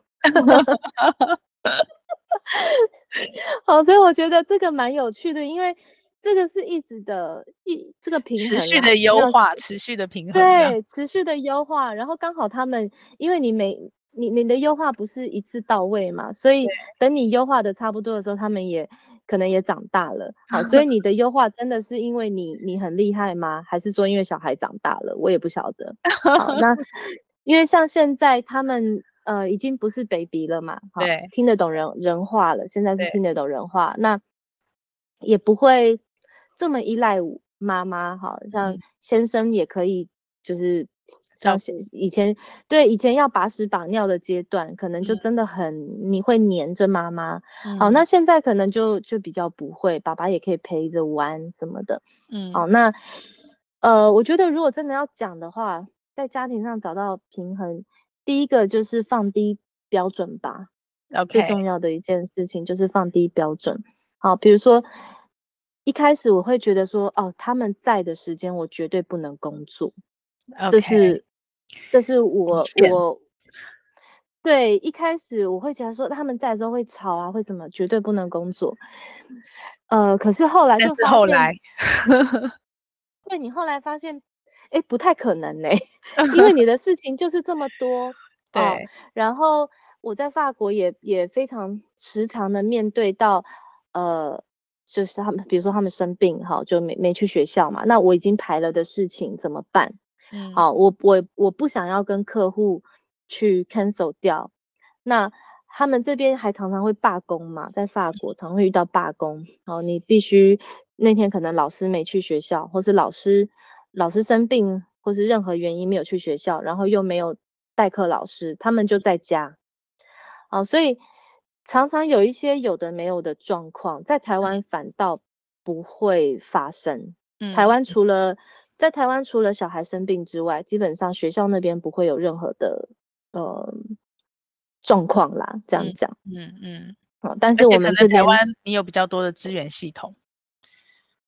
好，所以我觉得这个蛮有趣的，因为这个是一直的一这个平衡啦， 持续的优化，持续的平衡， 对，持续的优化，然后刚好他们，因为你每你你的优化不是一次到位嘛，所以等你优化的差不多的时候，他们也可能也长大了。好，所以你的优化真的是因为你你很厉害吗？还是说因为小孩长大了？我也不晓得。好，那因为像现在他们呃已经不是 baby 了嘛，好，听得懂人人话了，现在是听得懂人话，那也不会这么依赖妈妈，好像先生也可以，就是像以前对以前要把屎把尿的阶段，可能就真的很、嗯、你会黏着妈妈、嗯，好，那现在可能就就比较不会，爸爸也可以陪着玩什么的，嗯，好，那呃，我觉得如果真的要讲的话，在家庭上找到平衡，第一个就是放低标准吧， okay. 最重要的一件事情就是放低标准，好，比如说。一开始我会觉得说，哦，他们在的时间我绝对不能工作， okay. 这是这是我我对一开始我会觉得说他们在的时候会吵啊，会什么，绝对不能工作。呃，可是后来就发现， 后来对你后来发现，哎，不太可能嘞、欸，因为你的事情就是这么多， 对、 哦，然后我在法国也也非常时常的面对到，呃。就是他们，比如说他们生病，好，就没没去学校嘛。那我已经排了的事情怎么办？嗯，好，我我我不想要跟客户去 cancel 掉。那他们这边还常常会罢工嘛，在法国常会遇到罢工。好，你必须那天可能老师没去学校，或是老师老师生病，或是任何原因没有去学校，然后又没有代课老师，他们就在家。好，所以。常常有一些有的没有的状况，在台湾反倒不会发生。嗯、台湾除了在台湾除了小孩生病之外，基本上学校那边不会有任何的呃状况啦。这样讲， 嗯嗯， 嗯，但是我们这边台湾你有比较多的资源系统。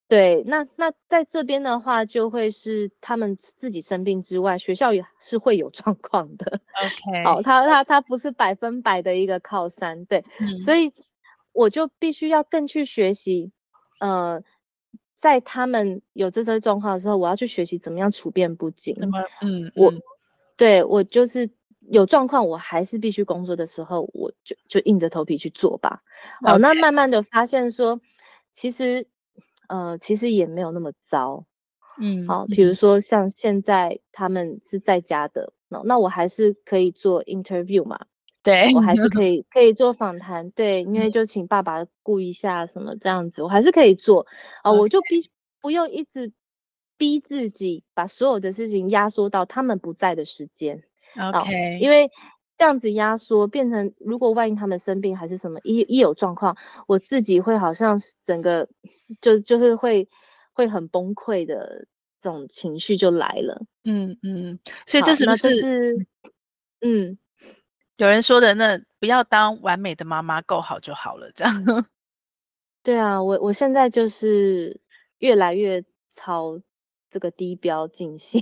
对，那那在这边的话，就会是他们自己生病之外，学校也是会有状况的。 OK， 好，他他他不是百分百的一个靠山，对， 嗯， 所以我就必须要更去学习，呃，在他们有这些状况的时候，我要去学习怎么样处变不惊。 那么，嗯我， 嗯对，我就是有状况，我还是必须工作的时候，我就就硬着头皮去做吧。好， ，OK， 那慢慢的发现说，其实，呃，其实也没有那么糟。好，比如嗯嗯， 说像现在他们是在家的，那那我还是可以做 interview 嘛， 对， 我还是可以可以做访谈，对，因为就请爸爸顾一下什么这样子，我还是可以做啊， OK 我就必不用一直逼自己把所有的事情压缩到他们不在的时间啊，因 OK， 为这样子压缩变成，如果万一他们生病还是什么，一一有状况，我自己会好像整个就就是会会很崩溃的这种情绪就来了。 嗯嗯，所以这好，那这是不是是嗯。 有人说的那不要当完美的妈妈，够好就好了，这样。 对啊，我我现在就是越来越朝这个低标进行。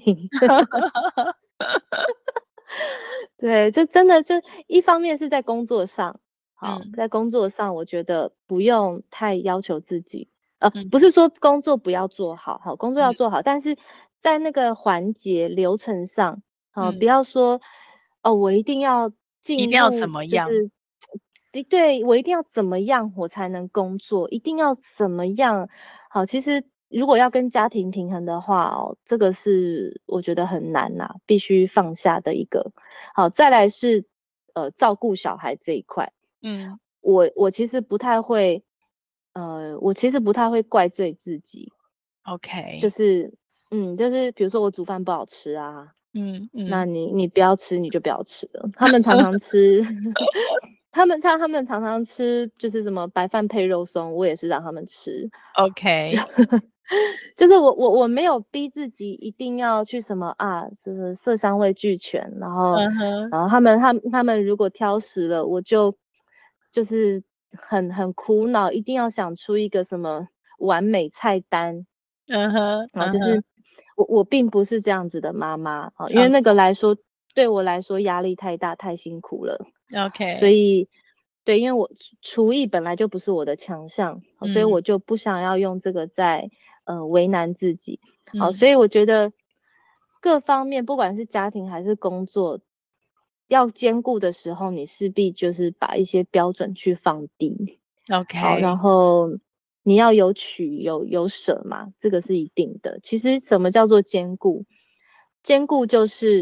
对，就真的就一方面是在工作上，好， 嗯在工作上我觉得不用太要求自己，呃， 嗯不是说工作不要做好，好，工作要嗯做好，但是在那个环节流程上，呃，不嗯， 要说，哦，我一定要一定要怎进入， 么样？ 就是，对对，我一定要怎么样我才能工作，一定要怎么样，好，其实如果要跟家庭平衡的话哦，这个是我觉得很难呐，必须放下的一个。好，再来是呃照顾小孩这一块， 嗯我我其实不太会，呃，我其实不太会怪罪自己，就 ，OK， 是嗯，就是比如说我煮饭不好吃啊，那嗯嗯你你不要吃你就不要吃了。他们常常吃，他们像他们常常吃就是什么白饭配肉松，我也是让他们吃。就 ，OK， 就是我我我没有逼自己一定要去什么啊，就是色香味俱全，然后嗯哼， 然后他们他们他们如果挑食了，我就就是很很苦恼，一定要想出一个什么完美菜单。 嗯哼， 啊， 嗯哼就是我我并不是这样子的妈妈啊，因为那个 ，OK 来说对我来说压力太大，太辛苦了，所 OK， 以对，因为我厨艺本来就不是我的强项，所以嗯我就不想要用这个在呃为难自己，好， 嗯所以我觉得各方面不管是家庭还是工作，要兼顾的时候，你势必就是把一些标准去放低。好，然 ，OK， 后你要有取有有舍嘛，这个是一定的。其实什么叫做兼顾？兼顾就是，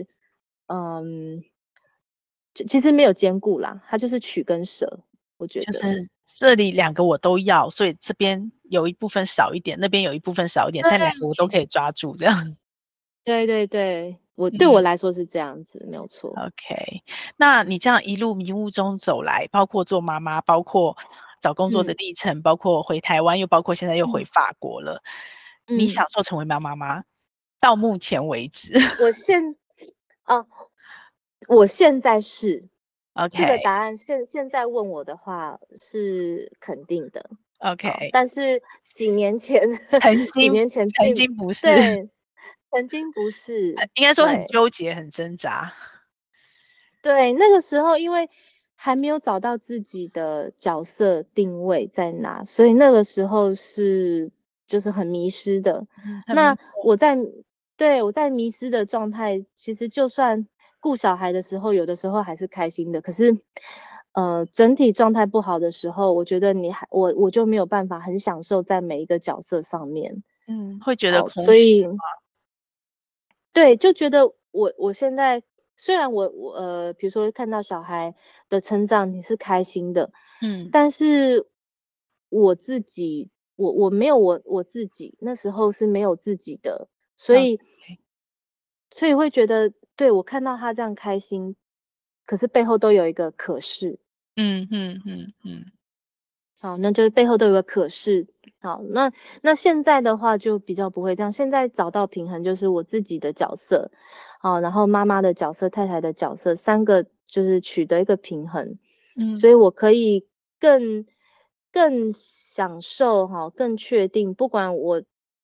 嗯，就其实没有兼顾啦，它就是取跟舍，我觉得。 就是这里两个我都要，所以这边有一部分少一点，那边有一部分少一点，但两个我都可以抓住，这样。 对对对，我对我嗯来说是这样子，没有错。 ，OK，那你这样一路迷雾中走来，包括做妈妈，包括找工作的嗯历程，包括回台湾，又包括现在又回嗯法国了，你享嗯， 受成为妈妈吗？到目前为止我现啊，我现在是这个 ，OK 答案，现现在问我的话是肯定的。好， OK， 但是几年前， 曾几经年前并曾经不是， 对，曾经不是， 应该说很对纠结，很挣扎。 对，那个时候因为还没有找到自己的角色定位在哪，所以那个时候是就是很迷失的。 嗯，很明那我在对我在迷失的状态，其实就算顾小孩的时候，有的时候还是开心的，可是呃整体状态不好的时候，我觉得你还我我就没有办法很享受在每一个角色上面。 嗯，会觉得好， 空虚。 所以对，就觉得我我现在虽然我我呃，比如说看到小孩的成长，你是开心的， 嗯但是我自己，我我没有我我自己，那时候是没有自己的，所以 ，OK， 所以会觉得，对，我看到他这样开心，可是背后都有一个可是。 嗯嗯嗯嗯好，那就是背后都有个可是。好，那那现在的话就比较不会这样，现在找到平衡就是我自己的角色，好，然后妈妈的角色、太太的角色，三个就是取得一个平衡， 嗯所以我可以更更享受哈，更确定，不管我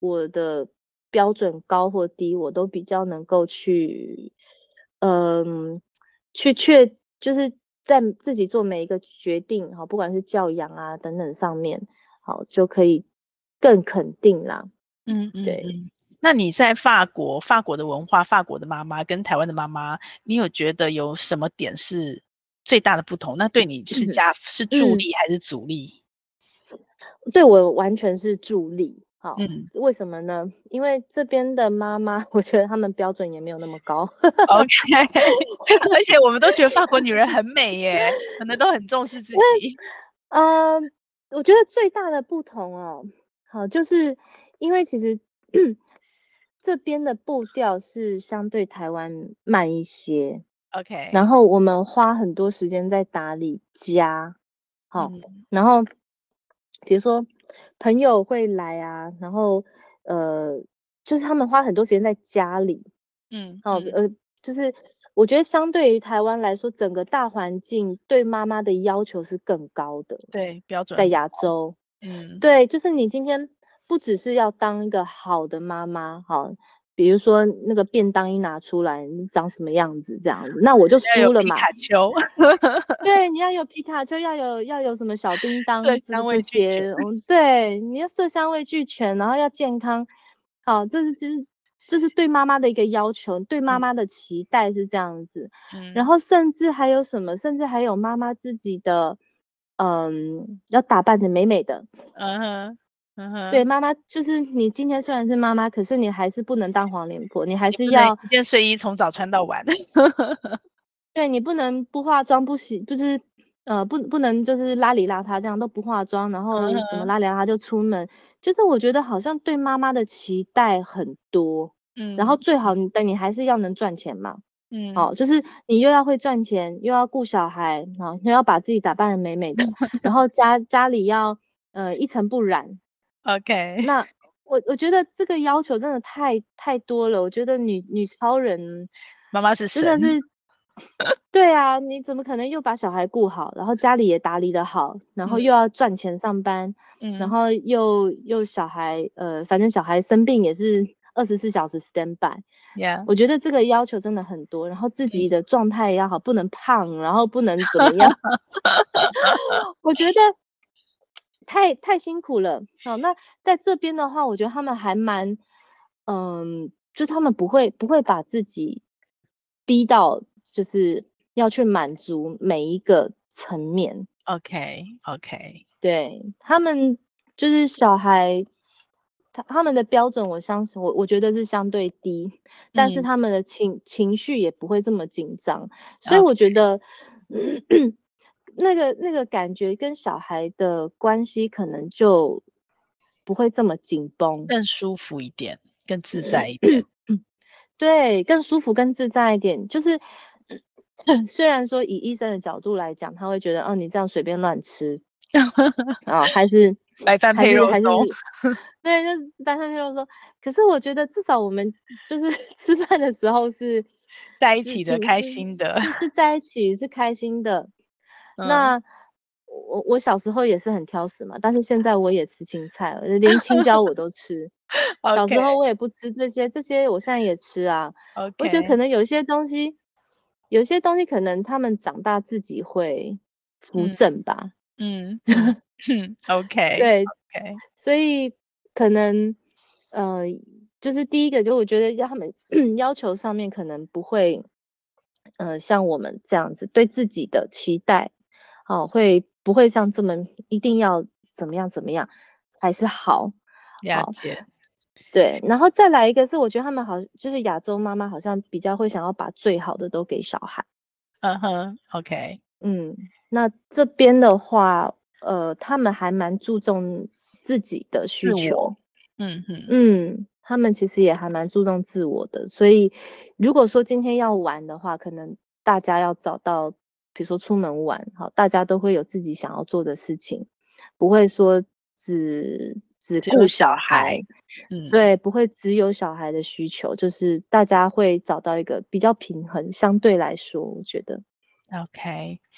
我的标准高或低，我都比较能够去，嗯，去确就是在自己做每一个决定，好，不管是教养啊等等上面，好，就可以更肯定啦。 嗯嗯对。 嗯。那你在法国，法国的文化，法国的妈妈跟台湾的妈妈，你有觉得有什么点是最大的不同？那对你是加是助力还是阻力？ 对我完全是助力。好， 嗯， 为什么呢？因为这边的妈妈，我觉得他们标准也没有那么高。 OK， 而且我们都觉得法国女人很美耶，可能都很重视自己。 呃，我觉得最大的不同哦，好，就是因为其实这边的步调是相对台湾慢一些。 OK， 然后我们花很多时间在打理家，好， 嗯， 然后比如说朋友会来啊，然后呃，就是他们花很多时间在家里， 嗯， 好， 嗯呃，就是我觉得相对于台湾来说，整个大环境对妈妈的要求是更高的， 对，标准在亚很高。 洲， 嗯， 对，就是你今天不只是要当一个好的妈妈，好，比如说那个便当一拿出来，你长什么样子这样子，那我就要有皮输了嘛。 卡丘， 对，你要有皮卡丘，要有要有什么小叮色当这个这香味俱全。 些，嗯，对，你要色香味俱全，然后要健康，好，这是就是这是对妈妈的一个要求，对妈嗯妈的期待是这样子。然嗯后甚至还有什么，甚至还有妈妈自己的，嗯，要打扮的美美的。 嗯哼嗯对， 哼， 妈妈就是你今天虽然是妈妈，可是你还是不能当黄脸婆，你还你不能是要一件睡衣从早穿到晚。 对，你不能不化妆不洗，就是呃不不能就是邋里邋遢这样都不化妆，然后什么嗯哼邋里邋遢就出门，就是我觉得好像对妈妈的期待很多，然后嗯最好你但你还是要能赚钱嘛， 嗯好，就是你又要会赚钱，又要顾小孩，啊，又要把自己打扮的美美的，然后家家里要呃一尘不染， ，OK， 那我我觉得这个要求真的太太多了，我觉得女女超人妈妈是神。 真的是，对啊，你怎么可能又把小孩顾好，然后家里也打理得好，然后嗯又要赚钱上班，然嗯后又又小孩，呃，反正小孩生病也是二十四小时 stand by。 ，Yeah， 我觉得这个要求真的很多，然后自己嗯的状态也要好，不能胖，然后不能怎么样，我觉得太太辛苦了。好，那在这边的话，我觉得他们还蛮，嗯，就他们不会不会把自己逼到，就是要去满足每一个层面。 ，OK OK， 对，他们就是小孩，他他们的标准，我相信我我觉得是相对低，但是嗯他们的情情绪也不会这么紧张，所以 ，OK， 我觉得，那个那个感觉跟小孩的关系可能就不会这么紧绷， 更舒服一点，更自在一点。 对，更舒服、更自在一点。就是虽然说以医生的角度来讲，他会觉得，哦，你这样随便乱吃。啊，还是白饭还配肉松。 是还是，对，就是白饭配肉松。可是我觉得至少我们就是吃饭的时候是在一是起的，开情是心的。 是是在一起是开心的。 嗯那我我小时候也是很挑食嘛，但是现在我也吃青菜了，连青椒我都吃。小 ，OK 时候我也不吃这些，这些我现在也吃啊。我觉得可 OK， 能有些东西，有些东西可能他们长大自己会扶嗯正吧。 嗯嗯嗯，OK 对， OK， 所以可能，呃，就是第一个，就我觉得要他们要求上面可能不会，呃，像我们这样子对自己的期待，哦，会不会像这么一定要怎么样怎么样才是好，好， 了解。 对，然后再来一个是，我觉得他们好，就是亚洲妈妈好像比较会想要把最好的都给小孩。 嗯哼，OK， 嗯，那这边的话，呃，他们还蛮注重自己的需自我。 求。 嗯哼， 嗯，他们其实也还蛮注重自我的，所以如果说今天要玩的话，可能大家要找到，比如说出门玩，好，大家都会有自己想要做的事情，不会说只只顾只有小小孩。 孩， 嗯对，不会只有小孩的需求，就是大家会找到一个比较平衡，相对来说，我觉得。 ，OK。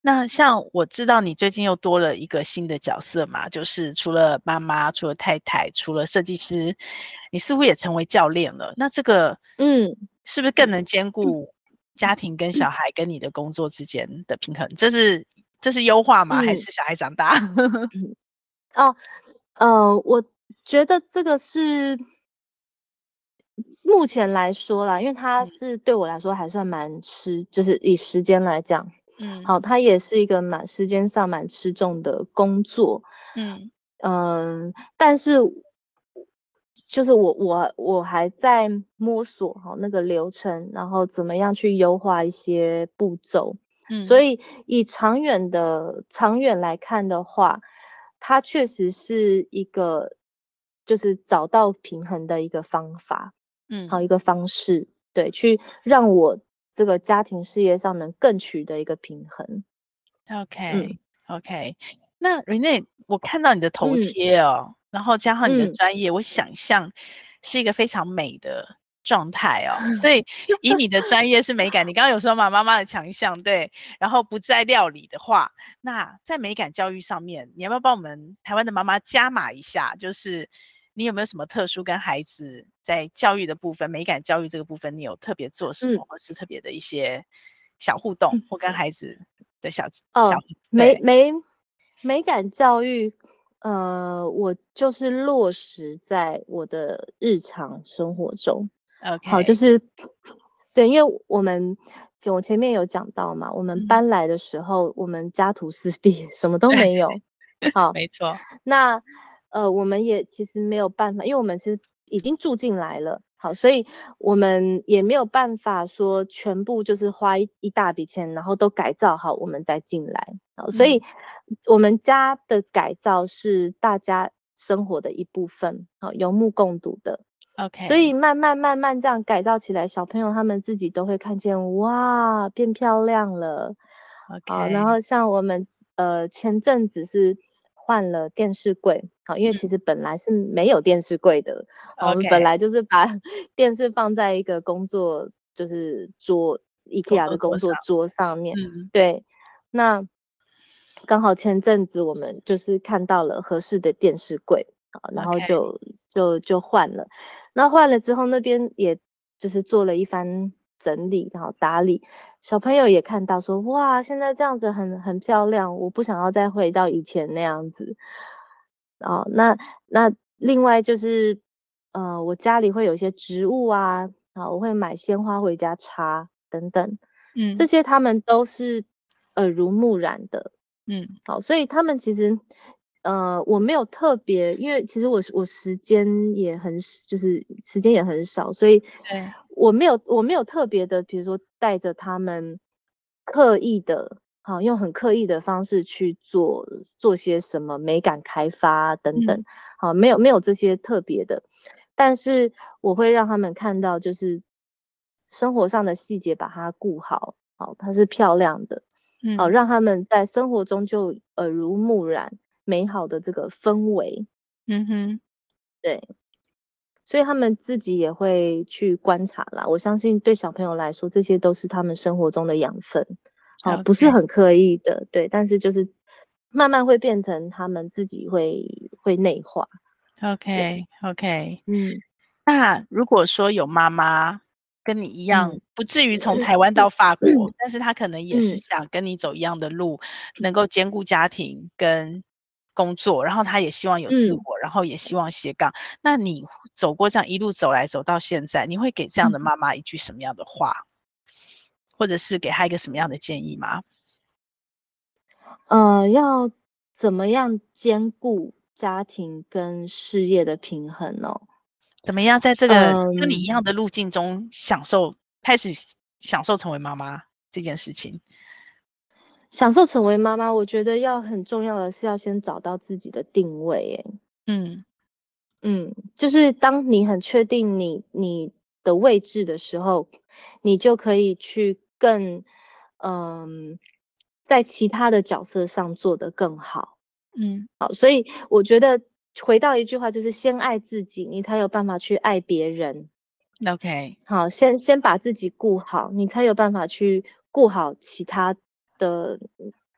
那像我知道你最近又多了一个新的角色嘛，就是除了妈妈，除了太太，除了设计师，你似乎也成为教练了。那这个， 嗯， 是不是更能兼顾家庭跟小孩跟你的工作之间的平衡？这是这是优化吗？还嗯， 是小孩长大？ 哦，呃，我觉得这个是目前来说啦，因为它嗯是对我来说还算蛮吃，就是以时间来讲， 嗯好，它也是一个蛮时间上蛮吃重的工作。 嗯嗯，但是就是我我我还在摸索好那个流程，然后怎么样去优化一些步骤。所嗯以以长远的长远来看的话，它确实是一个就是找到平衡的一个方法，好嗯一个方式，对，去让我这个家庭事业上能更取得一个平衡。嗯 ，OK OK。那 Renee，我看到你的头嗯贴哦，然后加上你的嗯， 专业，我想象是一个非常美的状态哦。所以以你的专业是美感，你刚刚有说嘛，妈妈的强项，对，然后不在料理的话，那在美感教育上面，你要不要帮我们台湾的妈妈加码一下？就是你有没有什么特殊跟孩子在教育的部分，美感教育这个部分，你有特别做什么， 嗯或是特别的一些小互动，或跟孩子的小小哦，美对美美感教育，呃，我就是落实在我的日常生活中。好，就 ，OK， 是对，因为我们就我前面有讲到嘛，我们嗯， 搬来的时候，我们家徒四壁，什么都没有。好， 没错， 那呃，我们也其实没有办法，因为我们其实已经住进来了。好，所以我们也没有办法说全部就是花一一大笔钱，然后都改造好，我们再进来。好，所嗯以我们家的改造是大家生活的一部分，好，有目共睹的。所以 ，OK 慢慢慢慢这样改造起来，小朋友他们自己都会看见，哇，变漂亮了。好，然 OK， 后像我们呃前阵子是换了电视柜，好，因为其嗯实本来是没有电视柜的，好，我们本 ，OK， 来就是把电视放在一个工作就是桌工 ，IKEA 的工作桌上， 作桌上面， 嗯对，那刚好前阵子我们就是看到了合适的电视柜，好，然后 ，OK， 就就就换了。那换了之后，那边也就是做了一番整理，然后打理。小朋友也看到说，哇，现在这样子很很漂亮，我不想要再回到以前那样子。哦，那那另外就是，呃，我家里会有一些植物啊，啊，我会买鲜花回家插等等，这嗯些他们都是耳濡目染的。 嗯好，所以他们其实，呃，我没有特别，因为其实我我时间也很，就是时间也很少，所以对， 我没有我没有特别的，比如说带着他们刻意的，好，用很刻意的方式去做做些什么美感开发等嗯等，好，没有没有这些特别的，但是我会让他们看到，就是生活上的细节，把它顾好，好，它是漂亮的。哦， 嗯让他们在生活中就耳濡目染美好的这个氛围， 嗯哼对，所以他们自己也会去观察啦。我相信对小朋友来说，这些都是他们生活中的养分，好，不是 ，OK 很刻意的，对，但是就是慢慢会变成他们自己会会内化，对， OK OK。 嗯那如果说有妈妈跟你一样， 嗯不至于从台湾到法国，但是她可能也是嗯想跟你走一样的路，能够兼顾家庭跟工作，然后她也希望有自嗯。 我，然后也希望斜杠。那你走过这样一路走来走到现在，你会给这样的妈妈一句什么样的话，或者是给她一个什么样的建议吗？ 呃，要怎么样兼顾家庭跟事业的平衡哦？ 怎么样在这个跟你一嗯， 样的路径中享受，开始享受成为妈妈这件事情？ 享受成为妈妈，我觉得要很重要的是要先找到自己的定位。诶， 嗯嗯，就是当你很确定你你的位置的时候，你就可以去更，嗯，在其他的角色上做得更好。 嗯好，所以我觉得回到一句话，就是先爱自己，你才有办法去爱别人。 ，OK， 好，先先把自己顾好，你才有办法去顾好其他的，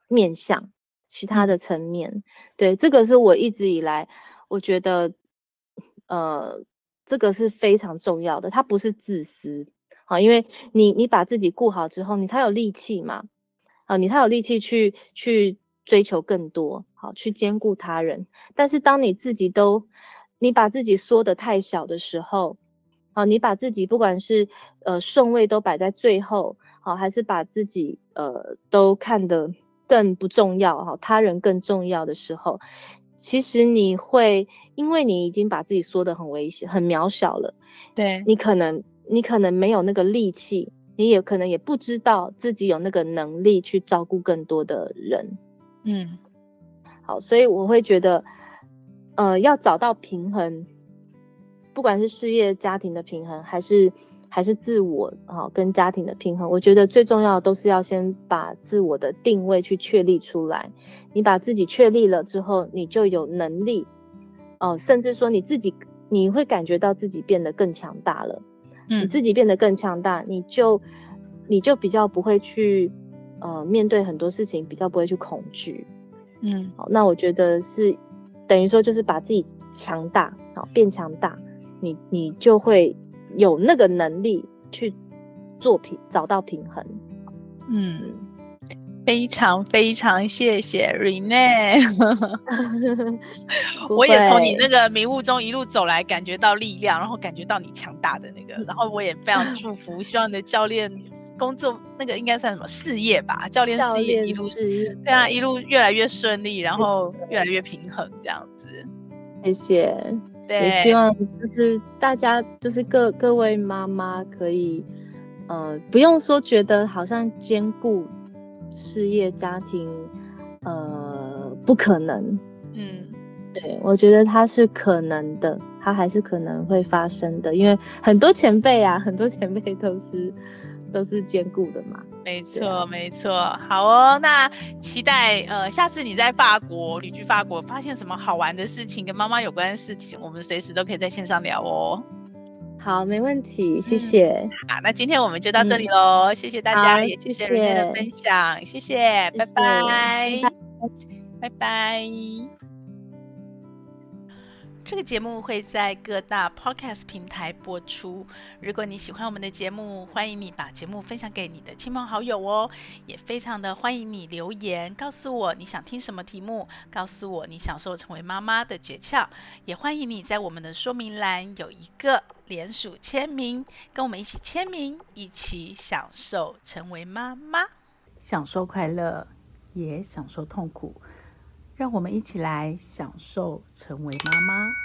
面向，其他的层面。嗯、对，这个是我一直以来我觉得，呃，这个是非常重要的，它不是自私。好，因为你你把自己顾好之后，你才有力气嘛，啊，你才有力气去去追求更多，好，去兼顾他人。但是当你自己都，你把自己缩得太小的时候，好，你把自己不管是呃顺位都摆在最后，好，还是把自己呃都看得更不重要，好，他人更重要的时候，其实你会，因为你已经把自己缩得很危险、很渺小了， 对， 你可能你可能没有那个力气，你也可能也不知道自己有那个能力去照顾更多的人。 嗯， 好，所以我会觉得，呃，要找到平衡，不管是事业、家庭的平衡，还是还是自我啊跟家庭的平衡，我觉得最重要的都是要先把自我的定位去确立出来。你把自己确立了之后，你就有能力，哦、呃，甚至说你自己，你会感觉到自己变得更强大了。嗯，你自己变得更强大，你就你就比较不会去呃面对很多事情，比较不会去恐惧。 嗯， 好，那我觉得是等于说就是把自己强大，好，变强大，你你就会有那个能力去做平，找到平衡。 嗯，非常非常谢谢 Renee 我也从你那个迷雾中一路走来，感觉到力量，然后感觉到你强大的那个，然后我也非常祝福，希望你的教练工作那个应该算什么事业吧，教练事业一路对啊，一路越来越顺利，然后越来越平衡这样子。 谢谢，也希望就是大家就是各各位妈妈可以，呃，不用说觉得好像兼顾事业家庭，呃，不可能。嗯，对，我觉得它是可能的，它还是可能会发生的，因为很多前辈啊，很多前辈都是都是兼顾的嘛。 没错、啊、没错，好哦，那期待呃下次你在法国旅居法国发现什么好玩的事情跟妈妈有关的事情，我们随时都可以在线上聊哦。 好，没问题，谢谢。 嗯、好，那今天我们就到这里咯、嗯、谢谢大家，也谢谢 Renee 的分享，谢谢，拜拜，拜拜。这个节目会在各大 podcast 平台播出。如果你喜欢我们的节目，欢迎你把节目分享给你的亲朋好友哦。也非常的欢迎你留言，告诉我你想听什么题目，告诉我你享受成为妈妈的诀窍。也欢迎你在我们的说明栏有一个联署签名，跟我们一起签名，一起享受成为妈妈， 享受快乐，也享受痛苦。让我们一起来享受成为妈妈。